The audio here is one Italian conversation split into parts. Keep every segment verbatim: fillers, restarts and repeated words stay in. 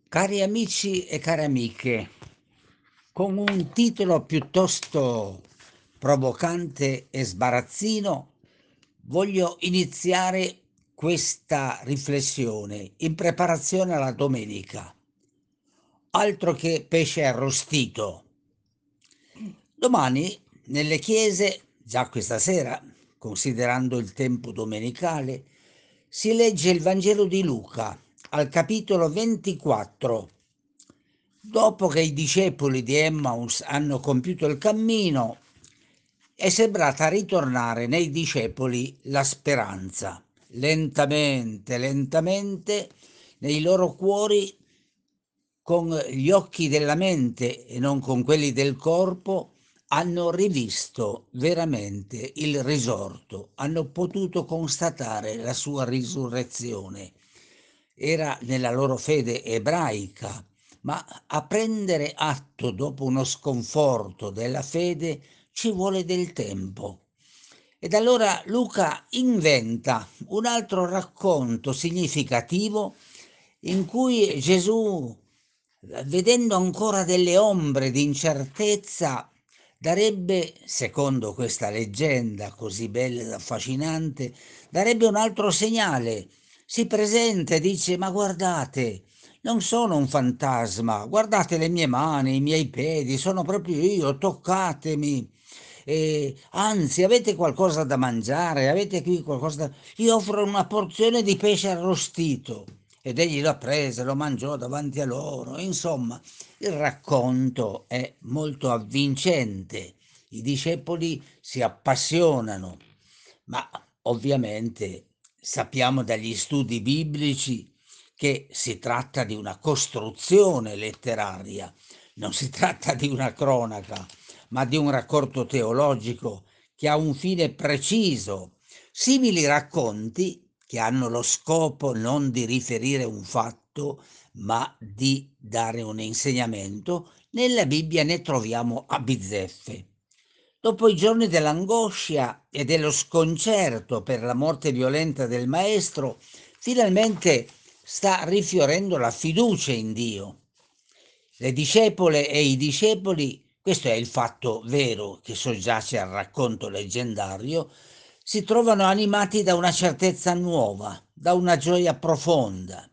Cari amici e care amiche, con un titolo piuttosto provocante e sbarazzino, voglio iniziare questa riflessione in preparazione alla domenica. Altro che pesce arrostito. Domani nelle chiese, già questa sera, considerando il tempo domenicale, si legge il Vangelo di Luca al capitolo ventiquattro. Dopo che i discepoli di Emmaus hanno compiuto il cammino, è sembrata ritornare nei discepoli la speranza. Lentamente, lentamente, nei loro cuori, con gli occhi della mente e non con quelli del corpo, hanno rivisto veramente il risorto, hanno potuto constatare la sua risurrezione. Era nella loro fede ebraica, ma a prendere atto dopo uno sconforto della fede ci vuole del tempo. Ed allora Luca inventa un altro racconto significativo in cui Gesù, vedendo ancora delle ombre di incertezza, darebbe, secondo questa leggenda così bella ed affascinante, darebbe un altro segnale. Si presenta e dice: ma guardate, non sono un fantasma, guardate le mie mani, i miei piedi, sono proprio io, toccatemi. E, anzi, avete qualcosa da mangiare? Avete qui qualcosa da... Gli offro una porzione di pesce arrostito. Ed egli lo prese, lo mangiò davanti a loro. Insomma, il racconto è molto avvincente. I discepoli si appassionano, ma ovviamente sappiamo dagli studi biblici che si tratta di una costruzione letteraria, non si tratta di una cronaca, ma di un racconto teologico che ha un fine preciso. Simili racconti, che hanno lo scopo non di riferire un fatto, ma di dare un insegnamento, nella Bibbia ne troviamo a bizzeffe. Dopo i giorni dell'angoscia e dello sconcerto per la morte violenta del maestro, finalmente sta rifiorendo la fiducia in Dio. Le discepole e i discepoli, questo è il fatto vero che soggiace al racconto leggendario, si trovano animati da una certezza nuova, da una gioia profonda.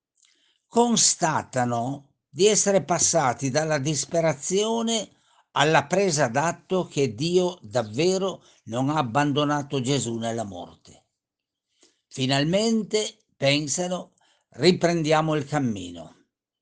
Constatano di essere passati dalla disperazione alla presa d'atto che Dio davvero non ha abbandonato Gesù nella morte. Finalmente pensano: riprendiamo il cammino.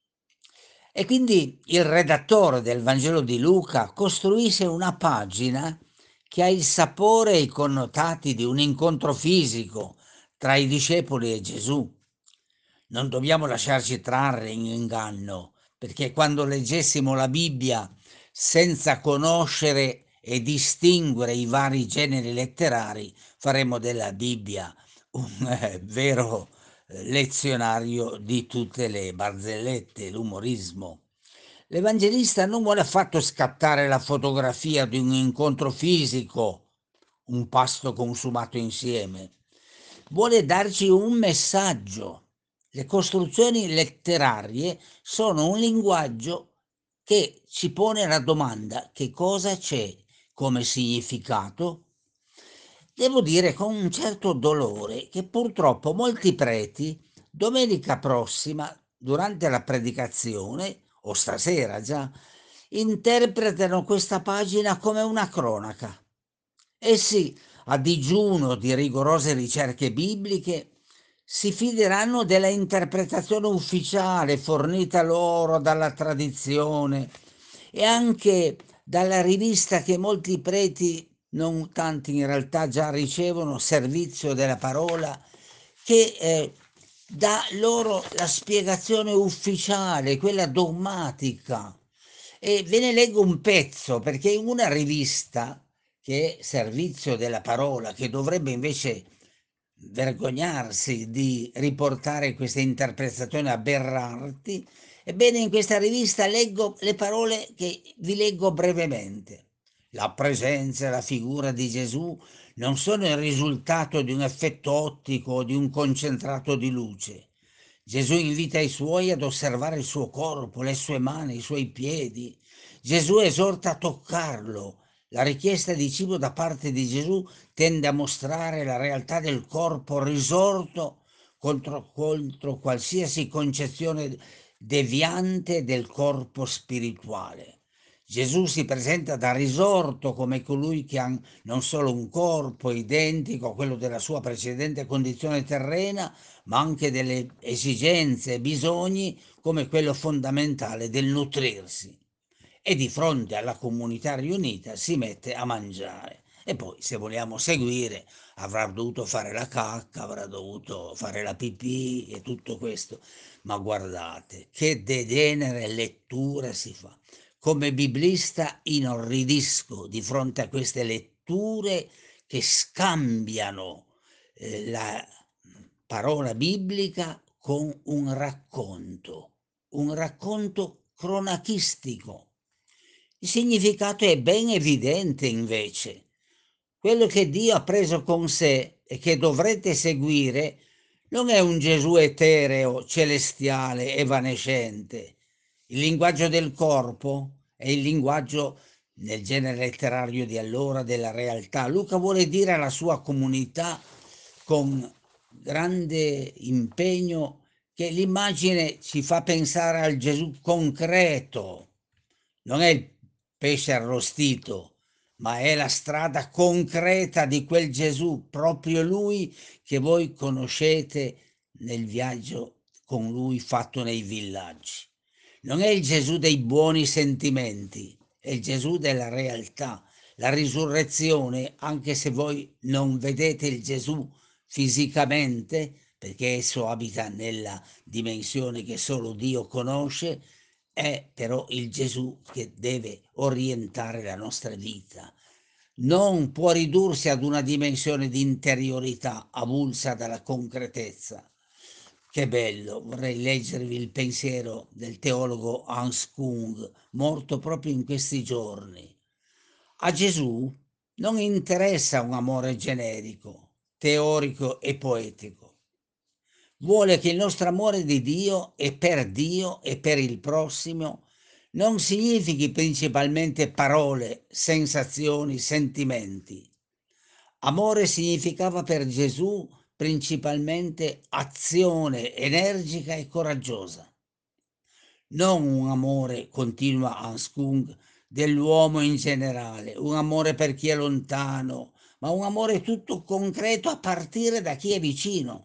E quindi il redattore del Vangelo di Luca costruisce una pagina che ha il sapore e i connotati di un incontro fisico tra i discepoli e Gesù. Non dobbiamo lasciarci trarre in inganno, perché quando leggessimo la Bibbia senza conoscere e distinguere i vari generi letterari, faremo della Bibbia un eh, vero eh, lezionario di tutte le barzellette, l'umorismo. L'Evangelista non vuole affatto scattare la fotografia di un incontro fisico, un pasto consumato insieme. Vuole darci un messaggio. Le costruzioni letterarie sono un linguaggio che ci pone la domanda: che cosa c'è come significato? Devo dire con un certo dolore che purtroppo molti preti domenica prossima, durante la predicazione, o stasera già, interpretano questa pagina come una cronaca. Essi, a digiuno di rigorose ricerche bibliche, si fideranno della interpretazione ufficiale fornita loro dalla tradizione e anche dalla rivista che molti preti, non tanti in realtà, già ricevono, Servizio della Parola, che eh, dà loro la spiegazione ufficiale, quella dogmatica. E ve ne leggo un pezzo, perché in una rivista, che è Servizio della Parola, che dovrebbe invece vergognarsi di riportare queste interpretazioni aberranti, ebbene in questa rivista leggo le parole che vi leggo brevemente. La presenza e la figura di Gesù non sono il risultato di un effetto ottico o di un concentrato di luce. Gesù invita i suoi ad osservare il suo corpo, le sue mani, i suoi piedi. Gesù esorta a toccarlo. La richiesta di cibo da parte di Gesù tende a mostrare la realtà del corpo risorto contro, contro qualsiasi concezione deviante del corpo spirituale. Gesù si presenta da risorto come colui che ha non solo un corpo identico a quello della sua precedente condizione terrena, ma anche delle esigenze e bisogni come quello fondamentale del nutrirsi. E di fronte alla comunità riunita si mette a mangiare. E poi, se vogliamo seguire, avrà dovuto fare la cacca, avrà dovuto fare la pipì e tutto questo. Ma guardate, che degenere lettura si fa. Come biblista inorridisco di fronte a queste letture che scambiano eh, la parola biblica con un racconto, un racconto cronachistico. Il significato è ben evidente invece. Quello che Dio ha preso con sé e che dovrete seguire non è un Gesù etereo, celestiale, evanescente. Il linguaggio del corpo è il linguaggio, nel genere letterario di allora, della realtà. Luca vuole dire alla sua comunità con grande impegno che l'immagine ci fa pensare al Gesù concreto, non è il pesce arrostito, ma è la strada concreta di quel Gesù, proprio lui che voi conoscete nel viaggio con lui fatto nei villaggi. Non è il Gesù dei buoni sentimenti, è il Gesù della realtà, la risurrezione, anche se voi non vedete il Gesù fisicamente, perché esso abita nella dimensione che solo Dio conosce, è però il Gesù che deve orientare la nostra vita. Non può ridursi ad una dimensione di interiorità avulsa dalla concretezza. Che bello, vorrei leggervi il pensiero del teologo Hans Kung, morto proprio in questi giorni. A Gesù non interessa un amore generico, teorico e poetico. Vuole che il nostro amore di Dio e per Dio e per il prossimo non significhi principalmente parole, sensazioni, sentimenti. Amore significava per Gesù principalmente azione energica e coraggiosa. Non un amore, continua Hans Kung, dell'uomo in generale, un amore per chi è lontano, ma un amore tutto concreto a partire da chi è vicino.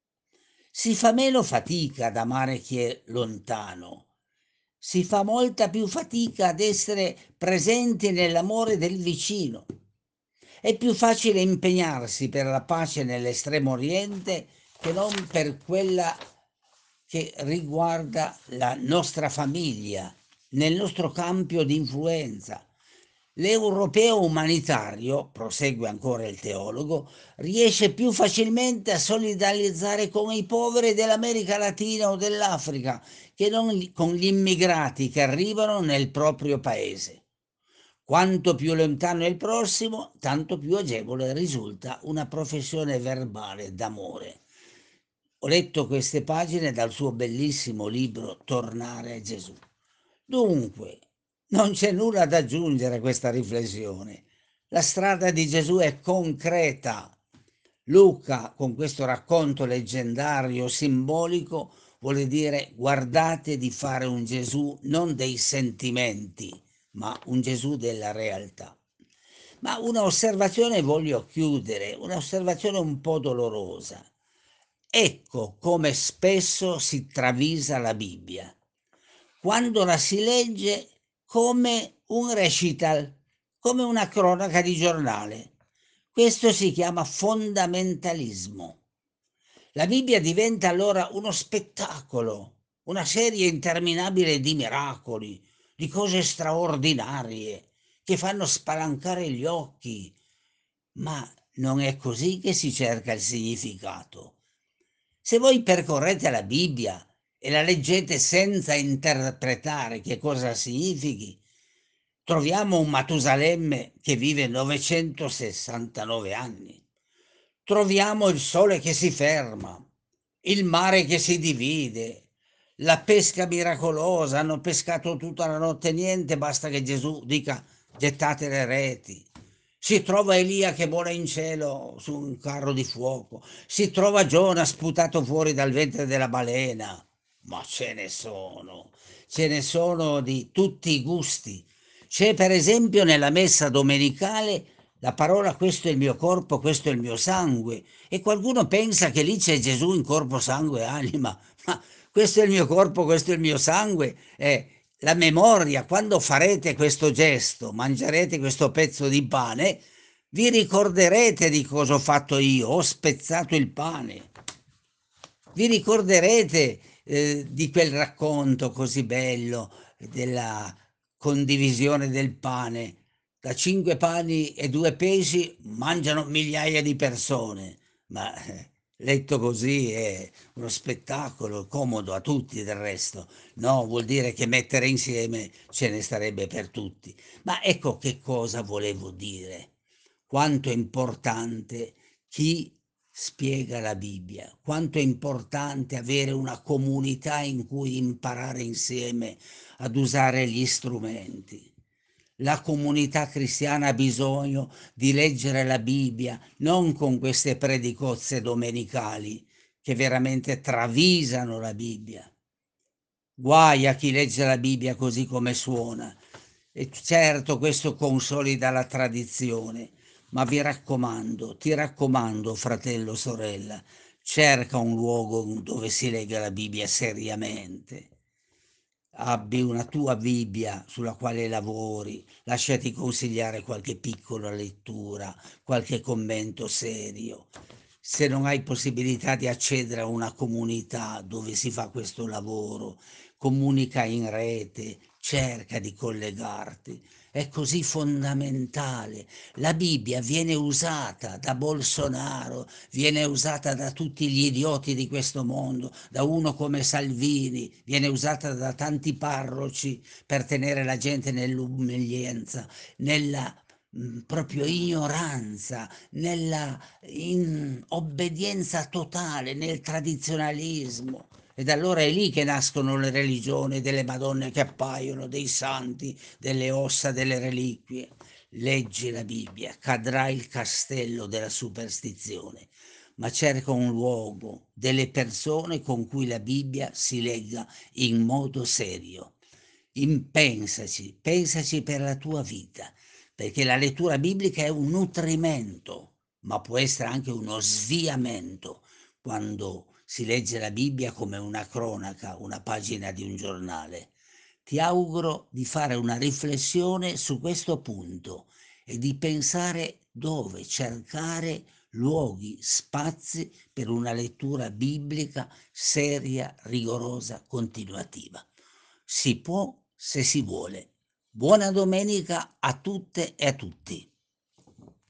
Si fa meno fatica ad amare chi è lontano, si fa molta più fatica ad essere presenti nell'amore del vicino. È più facile impegnarsi per la pace nell'Estremo Oriente che non per quella che riguarda la nostra famiglia, nel nostro campo di influenza. L'europeo umanitario, prosegue ancora il teologo, riesce più facilmente a solidarizzare con i poveri dell'America Latina o dell'Africa che non con gli immigrati che arrivano nel proprio paese. Quanto più lontano è il prossimo, tanto più agevole risulta una professione verbale d'amore. Ho letto queste pagine dal suo bellissimo libro Tornare a Gesù. Dunque, non c'è nulla da aggiungere a questa riflessione. La strada di Gesù è concreta. Luca, con questo racconto leggendario, simbolico, vuole dire guardate di fare un Gesù non dei sentimenti, ma un Gesù della realtà. Ma una osservazione voglio chiudere, un'osservazione un po' dolorosa. Ecco come spesso si travisa la Bibbia, quando la si legge come un recital, come una cronaca di giornale. Questo si chiama fondamentalismo. La Bibbia diventa allora uno spettacolo, una serie interminabile di miracoli, di cose straordinarie che fanno spalancare gli occhi. Ma non è così che si cerca il significato. Se voi percorrete la Bibbia e la leggete senza interpretare che cosa significhi, troviamo un Matusalemme che vive novecentosessantanove anni. Troviamo il sole che si ferma il mare che si divide, la pesca miracolosa, hanno pescato tutta la notte e niente, basta che Gesù dica: "Gettate le reti". Si trova Elia che vola in cielo su un carro di fuoco, si trova Giona sputato fuori dal ventre della balena, ma ce ne sono, ce ne sono di tutti i gusti. C'è per esempio nella messa domenicale la parola: "Questo è il mio corpo, questo è il mio sangue", e qualcuno pensa che lì c'è Gesù in corpo, sangue e anima, ma questo è il mio corpo, questo è il mio sangue, è la memoria. Quando farete questo gesto, mangerete questo pezzo di pane, vi ricorderete di cosa ho fatto io, ho spezzato il pane. Vi ricorderete, ehm, di quel racconto così bello della condivisione del pane. Da cinque pani e due pesci mangiano migliaia di persone, ma, eh, letto così è uno spettacolo comodo a tutti del resto. No, vuol dire che mettere insieme ce ne starebbe per tutti. Ma ecco che cosa volevo dire: quanto è importante chi spiega la Bibbia, quanto è importante avere una comunità in cui imparare insieme ad usare gli strumenti. La comunità cristiana ha bisogno di leggere la Bibbia, non con queste predicozze domenicali che veramente travisano la Bibbia. Guai a chi legge la Bibbia così come suona. E certo questo consolida la tradizione, ma vi raccomando, ti raccomando, fratello, sorella, cerca un luogo dove si legga la Bibbia seriamente. Abbi una tua Bibbia sulla quale lavori, lasciati consigliare qualche piccola lettura, qualche commento serio. Se non hai possibilità di accedere a una comunità dove si fa questo lavoro, comunica in rete, cerca di collegarti. È così fondamentale. La Bibbia viene usata da Bolsonaro, viene usata da tutti gli idioti di questo mondo, da uno come Salvini, viene usata da tanti parroci per tenere la gente nell'umilienza, nella mhmm, proprio ignoranza, nella in obbedienza totale, nel tradizionalismo. Ed allora è lì che nascono le religioni delle Madonne che appaiono, dei santi, delle ossa, delle reliquie. Leggi la Bibbia, cadrà il castello della superstizione, ma cerca un luogo, delle persone con cui la Bibbia si legga in modo serio. In pensaci, pensaci per la tua vita, perché la lettura biblica è un nutrimento, ma può essere anche uno sviamento quando si legge la Bibbia come una cronaca, una pagina di un giornale. Ti auguro di fare una riflessione su questo punto e di pensare dove cercare luoghi, spazi per una lettura biblica seria, rigorosa, continuativa. Si può se si vuole. Buona domenica a tutte e a tutti.